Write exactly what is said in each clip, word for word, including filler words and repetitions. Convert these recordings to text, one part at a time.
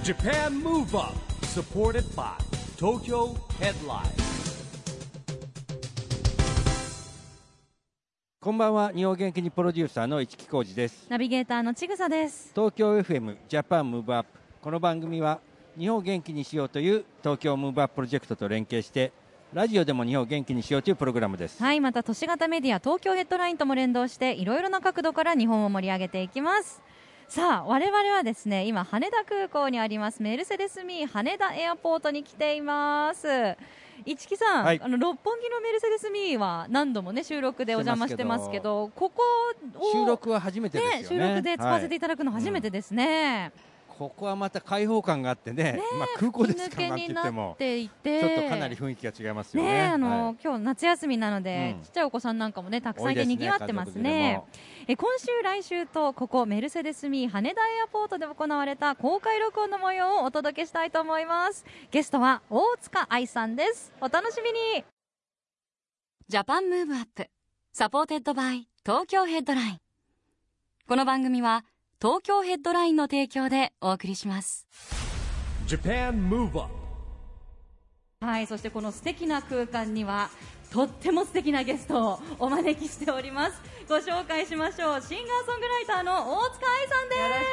Japan Move Up supported by Tokyo Headline。 こんばんは。日本元気にプロデューサーの市木浩司です。 ナビゲーターのちぐさです。 東京 エフエム ジャパンムーブアップ。この番組は日本を元気にしようという東京ムーブアッププロジェクトと連携してラジオでも日本を元気にしようというプログラムです。 はい、また都市型メディア東京ヘッドラインとも連動していろいろな角度から日本を盛り上げていきます。さあ我々はですね、今羽田空港にありますメルセデスミー羽田エアポートに来ています。市木さん、はい、あの六本木のメルセデスミーは何度もね収録でお邪魔してますけど、ここを収録は初めてですよね。 ね、収録で使わせていただくの初めてですね、 うん、ここはまた開放感があってね、ね、まあ、空港ですからなんて言ってもちょっとかなり雰囲気が違いますよね。 ね、あの、はい、今日夏休みなので、うん、ちっちゃいお子さんなんかもねたくさんいて賑わってますね。え今週来週とここメルセデスミー羽田エアポートで行われた公開録音の模様をお届けしたいと思います。ゲストは大塚愛さんです。お楽しみに。ジャパンムーブアップサポーテッドバイ東京ヘッドライン。この番組は東京ヘッドラインの提供でお送りします。 Japan Move Up。 はい、そしてこの素敵な空間にはとっても素敵なゲストをお招きしております。ご紹介しましょう。シンガーソングライターの大塚愛さんです。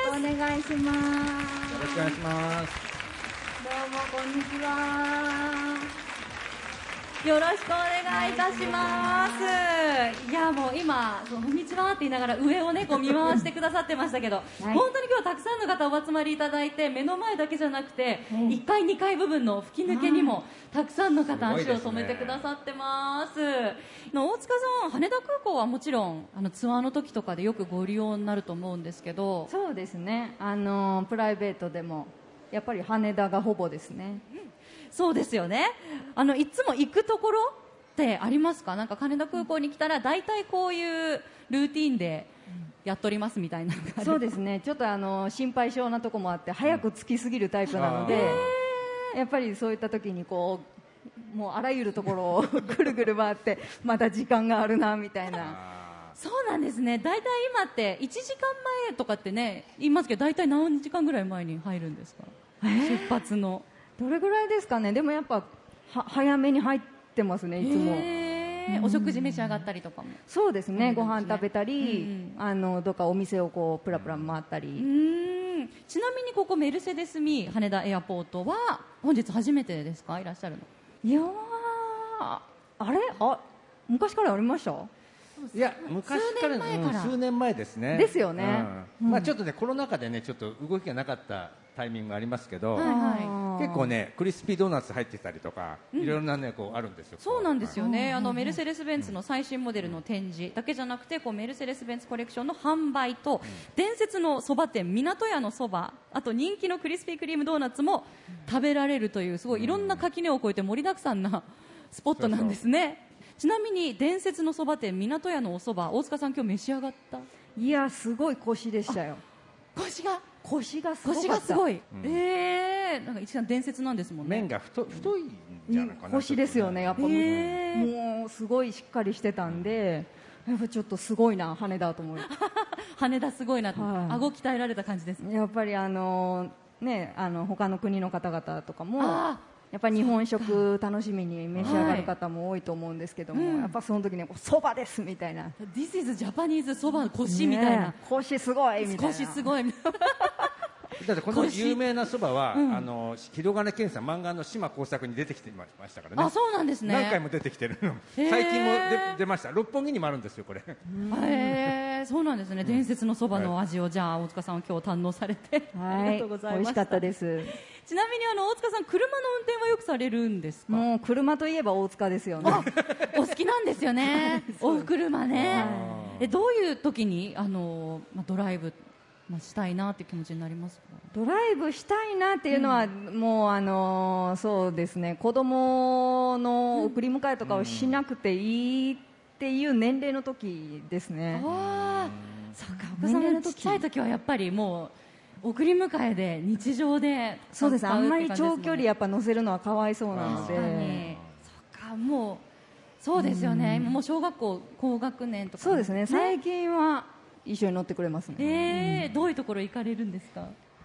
よろしくお願いします。 よろしくお願いします。 どうもこんにちは。 よろしくお願いいたします。いやもう今こんにちはって言いながら上をねこう見回してくださってましたけど、はい、本当に今日たくさんの方お集まりいただいて、目の前だけじゃなくて、はい、いっかいにかい部分の吹き抜けにもたくさんの方足を止めてくださってます。の大塚さん、羽田空港はもちろんあのツアーの時とかでよくご利用になると思うんですけど。 そうですね、あのプライベートでもやっぱり羽田がほぼですね。 そうですよね。あのいつも行くところってありますか？なんか羽田空港に来たら大体こういうルーティンでやっておりますみたいな。 そうですね、ちょっとあの心配性なとこもあって早く着きすぎるタイプなので、やっぱりそういった時にこうもうあらゆるところをぐるぐる回ってまだ時間があるなみたいな。 そうなんですね。大体今っていちじかんまえとかってね言いますけど、大体何時間ぐらい前に入るんですか？えー、出発のどれぐらいですかね。でもやっぱは早めに入ってますね、いつも。 えー、お食事召し上がったりとかも。 そうですね、ご飯食べたり、うんうん、あのどっかお店をこうプラプラ回ったり。 うん、ちなみにここメルセデスミー羽田エアポートは本日初めてですか？いらっしゃるの。 いやー、あれあ昔からありました？ いや昔から数年前から、うん、数年前ですね。 ですよね、 うん、まあ、ちょっとねコロナ禍でねちょっと動きがなかったタイミングがありますけど、はいはい、結構ねクリスピードーナツ入ってたりとか、うん、いろいろなねこうあるんですよ。 そうなんですよね、はい、あのメルセデスベンツの最新モデルの展示だけじゃなくて、こうメルセデスベンツコレクションの販売と、うん、伝説のそば店港屋のそば、あと人気のクリスピークリームドーナツも食べられるという、すごいいろんな垣根を越えて盛りだくさんなスポットなんですね。そうそう。ちなみに伝説のそば店港屋のおそば、大塚さん今日召し上がった？ いやすごいコシでしたよ。 コシがコシがすごかった。 コシがすごい、うん、えー、なんか一番伝説なんですもんね。 麺が太太いんじゃないかな。 コシですよね、やっぱ、えー、もうすごいしっかりしてたんで、やっぱちょっとすごいな羽田と思う。 羽田すごいなと、はい、顎鍛えられた感じですね。 やっぱりあのー、ね、あの他の国の方々とかもやっぱり日本食楽しみに召し上がる方も多いと思うんですけども、はい、うん、やっぱその時にそばですみたいな、 This is Japanese そばコシみたいな、 ね、コシすごいみたいな、 コシすごいだってこの有名なそばは、うん、あの広金健さん漫画の島耕作に出てきてましたからね。 あ、そうなんですね。 何回も出てきてるの。最近も出出ました。六本木にもあるんですよこれ。 へー、そうなんですね。伝説のそばの味を、はい、じゃあ大塚さんは今日堪能されて、はい、ありがとうございました。 美味しかったです。 ちなみにあの大塚さん車の運転はよくされるんですか？ もう車といえば大塚ですよね。 お好きなんですよね。お車ね。え、どういう時にあの、まあ、ドライブまあ、したいなって気持ちになりますか？ ドライブしたいなっていうのは、うん、もうあのー、そうですね、子供の送り迎えとかをしなくていいっていう年齢の時ですね。 うん、あ、そうか、お子様のちっちゃい時はやっぱりもう送り迎えで日常で、 そうです、あんまり長距離やっぱ乗せるのはかわいそうなので。 確かに、そうか、もうそうですよね、うん、もう小学校高学年とか、 そうですね、最近は一緒に乗ってくれますね。 えーうん、どういうところ行かれるんですか？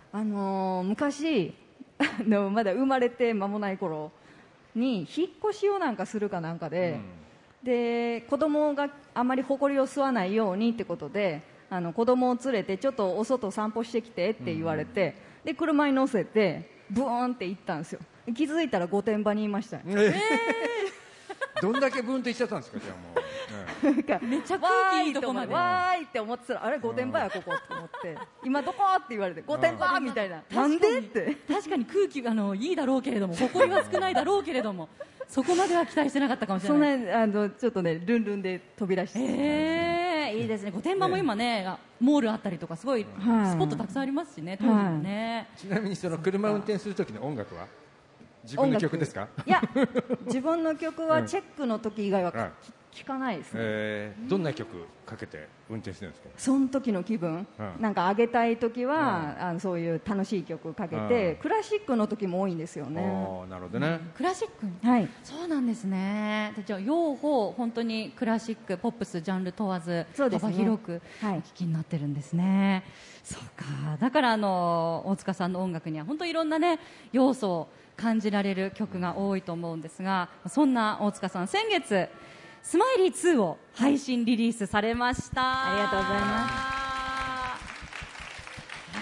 あのー、昔あのまだ生まれて間もない頃に引っ越しをなんかするかなんかで、うん、で子供があまり埃を吸わないようにってことであの子供を連れてちょっとお外散歩してきてって言われて、うん、で車に乗せてブーンって行ったんですよ。気づいたら御殿場にいました、えー、 どんだけブーンと行っちゃったんですか。じゃあもう、 ね、なんかめっちゃ空気いいとこまでわーいって思ってたらあれ御殿場やここって思って今どこって言われて御殿場みたいななんでって確かに空気あのいいだろうけれども埃は少ないだろうけれどもそこまでは期待してなかったかもしれない。 そんなあのちょっとねルンルンで飛び出して、 えー、いいですね。御殿場も今ね、ねモールあったりとかすごいスポットたくさんありますしね、当時もね。 ちなみにその車運転する時の音楽は自分の曲ですか。 いや自分の曲はチェックの時以外は聞かないですね、 えー、どんな曲かけて運転してるんですか。 その時の気分、うん、なんか上げたい時は、うん、あのそういう楽しい曲かけて、うん、クラシックの時も多いんですよね。 なるほどね、うん、 クラシック、 はい、 そうなんですね。じゃあ両方本当にクラシックポップスジャンル問わず幅広くお聴きになってるんですね、はい、そうか。だからあの大塚さんの音楽には本当いろんなね要素を感じられる曲が多いと思うんですが、そんな大塚さん先月スマイリーツーを配信リリースされました。 ありがとうございます。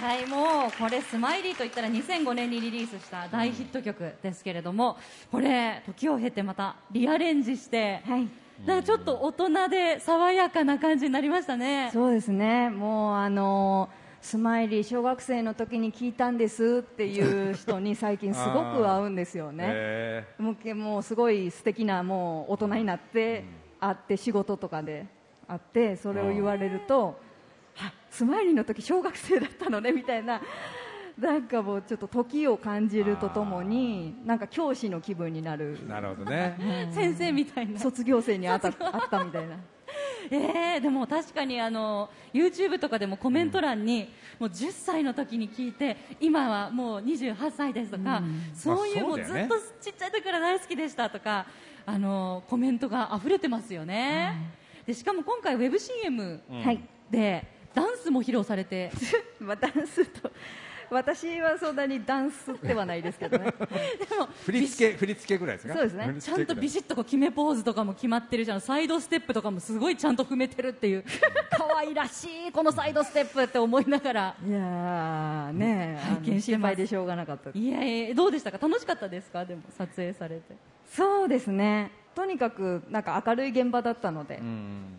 はい、もうこれスマイリーといったらにせんごねんにリリースした大ヒット曲ですけれども、これ時を経てまたリアレンジして、はい、なんかちょっと大人で爽やかな感じになりましたね。 そうですね。もうあのースマイリー小学生の時に聞いたんですっていう人に最近すごく合うんですよねもう、もうすごい素敵なもう大人になって会って仕事とかで会ってそれを言われるとあスマイリーの時小学生だったのねみたいななんかもうちょっと時を感じるとともになんか教師の気分になる。 なるほどね先生みたいな卒業生に会った、会ったみたいなえー、でも確かにあの YouTube とかでもコメント欄に、うん、もうじゅっさいの時に聞いて今はもうにじゅうはっさいですとか、うん、そういう、もうずっとちっちゃい時から大好きでしたとかあのコメントが溢れてますよね、うん、でしかも今回ウェブ シーエム で、うん、ダンスも披露されてまあ、ダンスと私はそんなにダンスではないですけどねでも振り付け振り付けぐらいですか。 そうですね。ちゃんとビシッとこう決めポーズとかも決まってるじゃん。サイドステップとかもすごいちゃんと踏めてるっていう可愛らしいこのサイドステップって思いながらいやーね拝見してます。 心配でしょうがなかった。 いやいやどうでしたか。楽しかったですか。でも撮影されて。 そうですね。とにかくなんか明るい現場だったので、うん、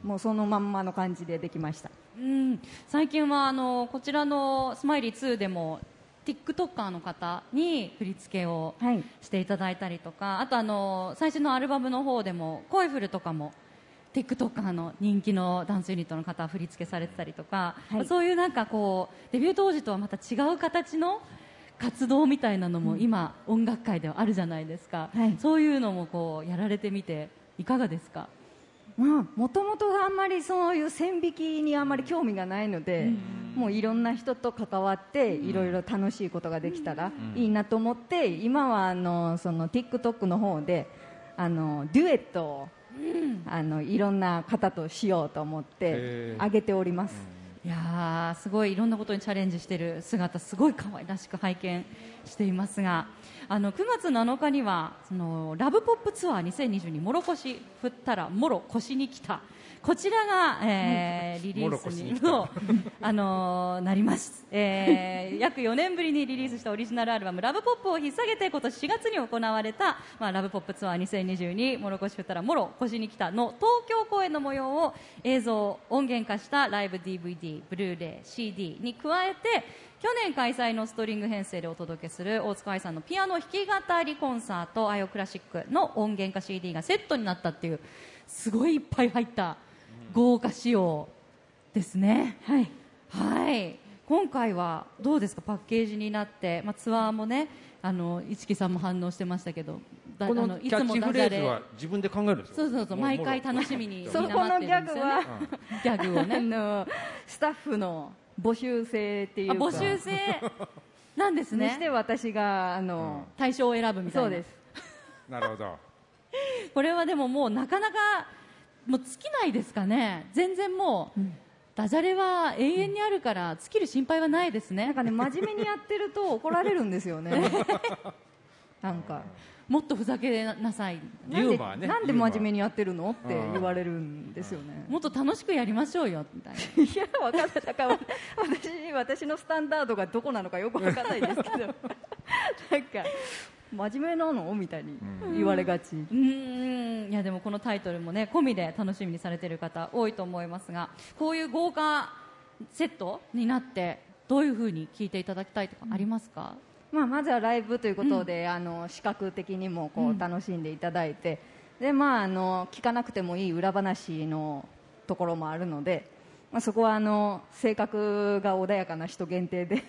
もうそのまんまの感じでできました。 うん、最近はあのこちらのスマイリーツーでもTikToker の方に振り付けをしていただいたりとか、はい、あとあの最新のアルバムの方でもコイフルとかも TikToker の人気のダンスユニットの方振り付けされてたりとか、はい、そういうなんかこうデビュー当時とはまた違う形の活動みたいなのも今、うん、音楽界ではあるじゃないですか、はい、そういうのもこうやられてみていかがですか。 もともとあんまりそういう線引きにあんまり興味がないので、うんもういろんな人と関わっていろいろ楽しいことができたらいいなと思って、今はあのその TikTok の方であのデュエットを、うん、あのいろんな方としようと思って上げております。 いやーすごいいろんなことにチャレンジしている姿すごい可愛らしく拝見していますが、あのくがつなのかにはそのラブポップツアーにせんにじゅうにもろこし振ったらもろ腰に来たこちらが、えー、リリースにの、あのー、なります、えー、約よねんぶりにリリースしたオリジナルアルバムラブポップを引っ提げて今年しがつに行われた、まあ、ラブポップツアーにせんにじゅうにもろこし振ったらもろ腰に来たの東京公演の模様を映像音源化したライブ ディーブイディー、ブルーレイ、シーディー に加えて去年開催のストリング編成でお届けする大塚愛さんのピアノ弾き語りコンサートアイオクラシックの音源化 シーディー がセットになったっていうすごいいっぱい入った豪華仕様ですね。はい、はい、今回はどうですか。パッケージになって、まあ、ツアーもねあの市木さんも反応してましたけどだこのキャッチフレーズは自分で考えるんですか。 そうそうそう毎回楽しみにそこのギャグはギャグをねあのスタッフの募集制っていうか募集制なんですね。 にして私があの、 うん、対象を選ぶみたいな。 そうです。 なるほど。 これはでももうなかなかもう尽きないですかね。全然もう、うん、 ダジャレは永遠にあるから尽きる心配はないですね。 なんかね、真面目にやってると怒られるんですよねなんかもっとふざけなさい、 ユーモアね、 なんで真面目にやってるのって言われるんですよね。 もっと楽しくやりましょうよみたいな。 いや、分かんない、だから私私のスタンダードがどこなのかよく分かんないですけどなんか真面目なのみたいに言われがち。 うーん、いやでもこのタイトルもね込みで楽しみにされている方多いと思いますが、こういう豪華セットになってどういう風に聴いていただきたいとかありますか？ まあ、まずはライブということで、うん、あの視覚的にもこう楽しんでいただいて、うん、でまあ、あの聞かなくてもいい裏話のところもあるので、まあ、そこはあの性格が穏やかな人限定で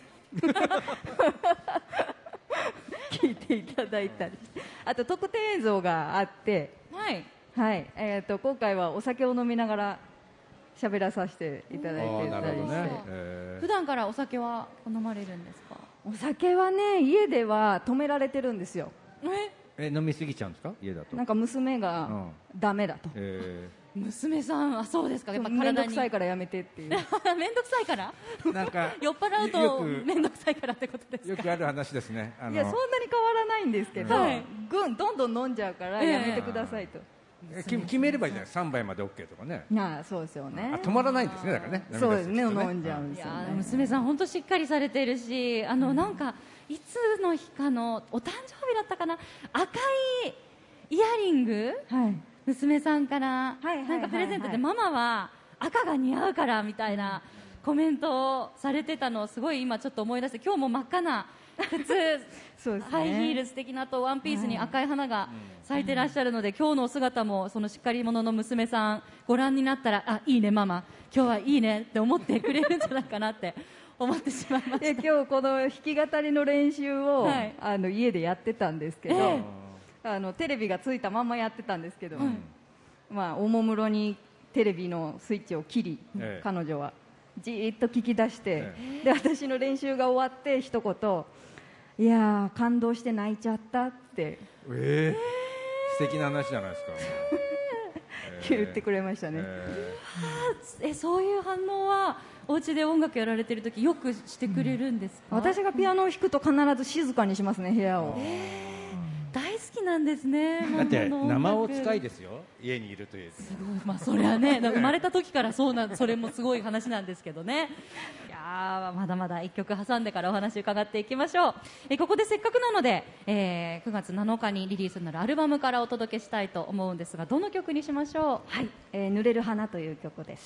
聞いていただいたり、あと特典映像があって、 はいはい、えー、と今回はお酒を飲みながら喋らさせていただいてたりして、 ねえー、 普段からお酒は飲まれるんですか？ お酒はね、家では止められてるんですよ。 ええ、飲みすぎちゃうんですか、家だと。 なんか娘がダメだと、うんえー、娘さん、あ、そうですか、やっぱ面倒くさいからやめてっていう面倒くさいからなんか酔っ払うと面倒くさいからってことですか？ よくある話ですね。あのいや、そんなに変わらないんですけど、はい、ぐんどんどん飲んじゃうからやめてくださいと、 えー、決めればいいじゃない、さんばいまで OK とかね。 ああ、そうですよね。 あ、止まらないんですね、だからね。 そうですね、飲んじゃうんですよね。 いや、娘さん本当しっかりされているし、あの、うん、なんかいつの日かのお誕生日だったかな、赤いイヤリング、はい、娘さんから、はいはいはいはい、なんかプレゼントでママは赤が似合うからみたいなコメントをされてたのをすごい今ちょっと思い出して、今日も真っ赤な靴そうですね、ハイヒール素敵なとワンピースに赤い花が咲いてらっしゃるので、うん、今日のお姿もそのしっかり者の娘さんご覧になったら、あ、いいねママ、今日はいいねって思ってくれるんじゃないかなって思ってしまいました。 今日この弾き語りの練習を、はい、あの家でやってたんですけど、えー、あのテレビがついたままやってたんですけど、うん、まあ、おもむろにテレビのスイッチを切り、えー、彼女はじーっと聞き出して、えー、で私の練習が終わって一言、いやー感動して泣いちゃったって、 えー、素敵な話じゃないですか言ってくれましたね。 えー、えそういう反応はお家で音楽やられてる時よくしてくれるんですか？ うん、私がピアノを弾くと必ず静かにしますね、部屋を。 えー大好きなんですね。 だって生お使いですよ、家にいるという。 すごい、まあそれはね、生まれた時からそうな、それもすごい話なんですけどね。いやまだまだ一曲挟んでからお話伺っていきましょう。えここでせっかくなので、えー、くがつなのかにリリースになるアルバムからお届けしたいと思うんですが、どの曲にしましょう？ はい、えー、濡れる花という曲です。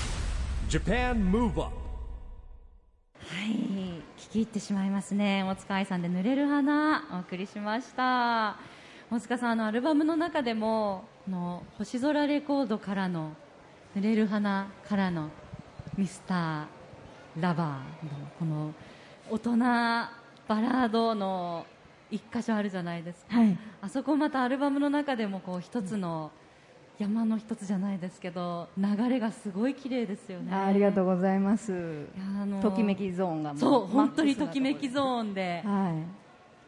Japan Move Up。 はい、聞き入ってしまいますね。大塚愛さんで濡れる花お送りしました。大塚さん、あのアルバムの中でもこの星空レコードからの濡れる花からのミスターラバーのこの大人バラードの一箇所あるじゃないですか、はい、あそこまたアルバムの中でもこう一つの山の一つじゃないですけど流れがすごい綺麗ですよね。 あ, ありがとうございます。あのー、ときめきゾーンがもうそう本当にときめきゾーンで、 はい、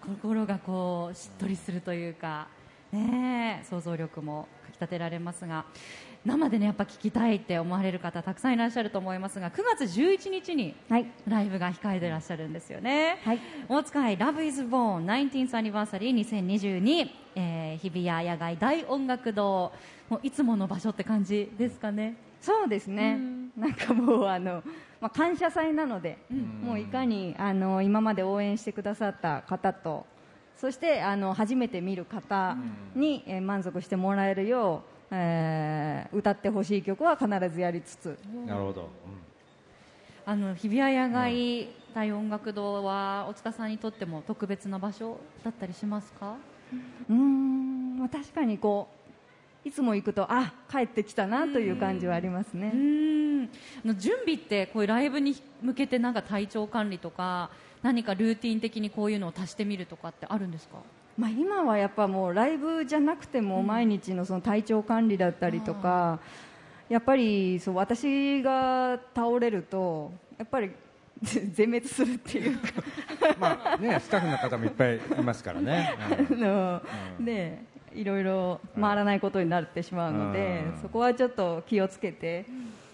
心がこうしっとりするというか、ね、想像力もかきたてられますが、生でねやっぱ聴きたいって思われる方たくさんいらっしゃると思いますが、くがつじゅういちにちにライブが控えてらっしゃるんですよね、はい、大塚愛 Love is Born ナインティーンス アニバーサリーにせんにじゅうに、えー、日比谷野外大音楽堂、もういつもの場所って感じですかね。 そうですね、んなんかもうあの、まあ、感謝祭なので、うん、もういかにあの今まで応援してくださった方と、そしてあの初めて見る方に、えー、満足してもらえるよう、えー、歌ってほしい曲は必ずやりつつ。 なるほど、うん、 あの日比谷野外大音楽堂は大塚さんにとっても特別な場所だったりしますか？ うーん、確かにこういつも行くとあ帰ってきたなという感じはありますね。 うーん、あの準備ってこういうライブに向けてなんか体調管理とか何かルーティン的にこういうのを足してみるとかってあるんですか？ まあ、今はやっぱもうライブじゃなくても毎日のその体調管理だったりとか、うん、やっぱりそう私が倒れるとやっぱり全滅するっていうかまあね、スタッフの方もいっぱいいますからね、 うんのうん、でいろいろ回らないことになってしまうので、うん、そこはちょっと気をつけて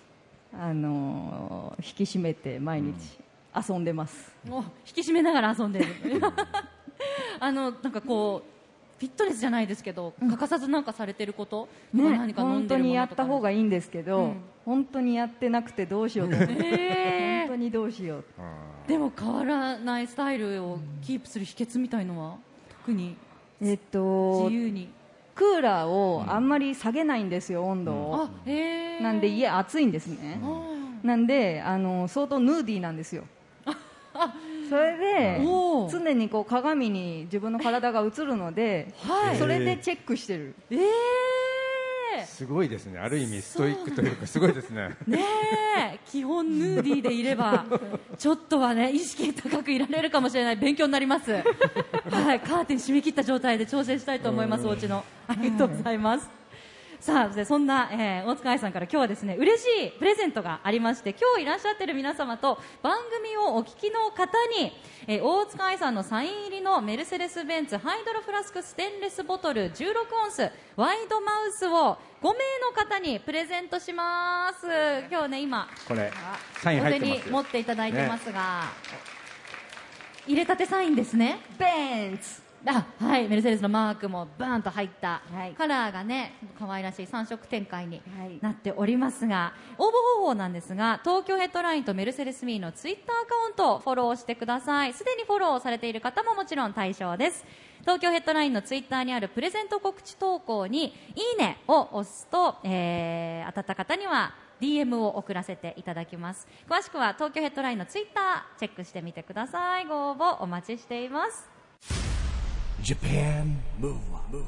あのー、引き締めて毎日遊んでます、 うん、引き締めながら遊んでるあのなんかこうフィットネスじゃないですけど、欠かさずなんかされてること、 ね、 何か飲んでるものとか、 本当にやった方がいいんですけど、うん、本当にやってなくてどうしようと思って、えー、本当にどうしよう。 でも変わらないスタイルをキープする秘訣みたいのは特に、 えっと、 自由にクーラーをあんまり下げないんですよ、温度を、 あ、へー、 なんで家暑いんですね、うん、なんであの相当ヌーディーなんですよ。それで常にこう鏡に自分の体が映るので、はい、それでチェックしてる。 えー、 すごいですね。ある意味ストイックというかすごいですね。 ねえ、基本ヌーディーでいればちょっとはね意識高くいられるかもしれない。勉強になります。はい、カーテン閉め切った状態で調整したいと思います。お家のありがとうございます。さあ、そんな、えー、大塚愛さんから今日はですね嬉しいプレゼントがありまして、今日いらっしゃっている皆様と番組をお聞きの方に、えー、大塚愛さんのサイン入りのメルセデスベンツハイドロフラスクステンレスボトルじゅうろくオンスワイドマウスをごめいの方にプレゼントします。今日ね今これサイン入ってますよ。 お手に持っていただいてますが、ね、入れたてサインですね。 ベンツ、 あ、はい、メルセデスのマークもバーンと入った、はい、カラーがね可愛らしいさん色展開になっておりますが、応募方法なんですが、東京ヘッドラインとメルセデスミーのツイッターアカウントをフォローしてください。すでにフォローされている方ももちろん対象です。東京ヘッドラインのツイッターにあるプレゼント告知投稿にいいねを押すと、えー、当たった方にはディーエム を送らせていただきます。詳しくは東京ヘッドラインのツイッターチェックしてみてください。ご応募お待ちしています。 Japan Move Up。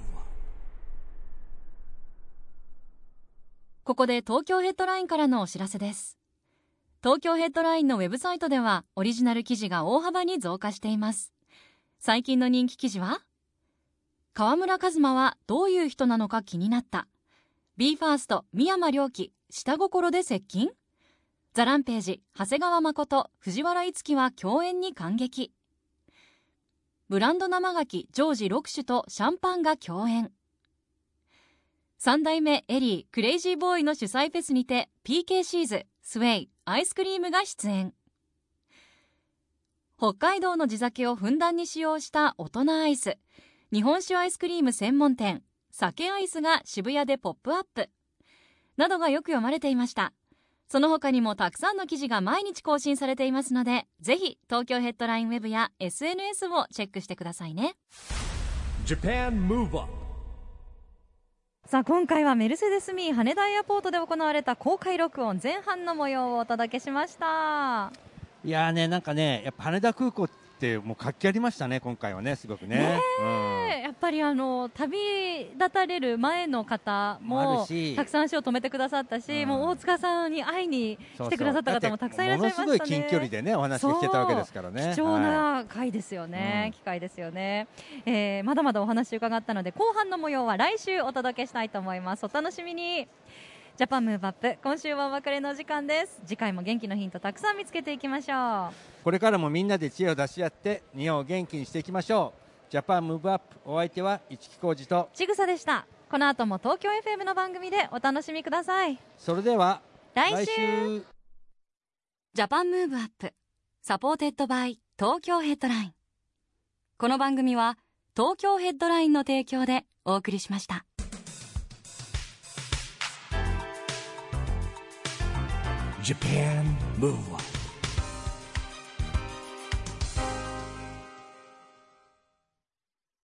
ここで東京ヘッドラインからのお知らせです。東京ヘッドラインのウェブサイトではオリジナル記事が大幅に増加しています。最近の人気記事は、川村一馬はどういう人なのか気になった、 ビーファースト 三山良樹下心で接近、ザランページ長谷川誠藤原樹は共演に感激、ブランド生牡蠣ジョージろく種とシャンパンが共演、三代目エリークレイジーボーイの主催フェスにて ピーケー シーズスウェイアイスクリームが出演、北海道の地酒をふんだんに使用した大人アイス、日本酒アイスクリーム専門店酒アイスが渋谷でポップアップなどがよく読まれていました。その他にもたくさんの記事が毎日更新されていますので、ぜひ東京ヘッドラインウェブや エスエヌエス をチェックしてくださいね。 Japan Move Up。 さあ、今回はメルセデスミー羽田エアポートで行われた公開録音前半の模様をお届けしました。 いやーね、なんかね、やっぱ羽田空港ってもう活気ありましたね、今回はね、すごくね。ね、うん、やっぱりあの旅立たれる前の方もたくさん足を止めてくださったし、うん、もう大塚さんに会いに来てくださった方もたくさんいらっしゃいましたね。 ものすごい近距離でねお話が聞けたわけですからね。 貴重な回ですよね、はい、機会ですよね、えー、まだまだお話伺ったので後半の模様は来週お届けしたいと思います。お楽しみに。ジャパンムーブアップ、今週はお別れの時間です。次回も元気のヒントたくさん見つけていきましょう。 これからもみんなで知恵を出し合って日本を元気にしていきましょう。ジャパンムーブアップ、お相手は市木浩二とちぐさでした。この後も東京 エフエム の番組でお楽しみください。 それでは来週、来週ジャパンムーブアップサポーテッドバイ東京ヘッドライン。この番組は東京ヘッドラインの提供でお送りしました。 Japan Move Up。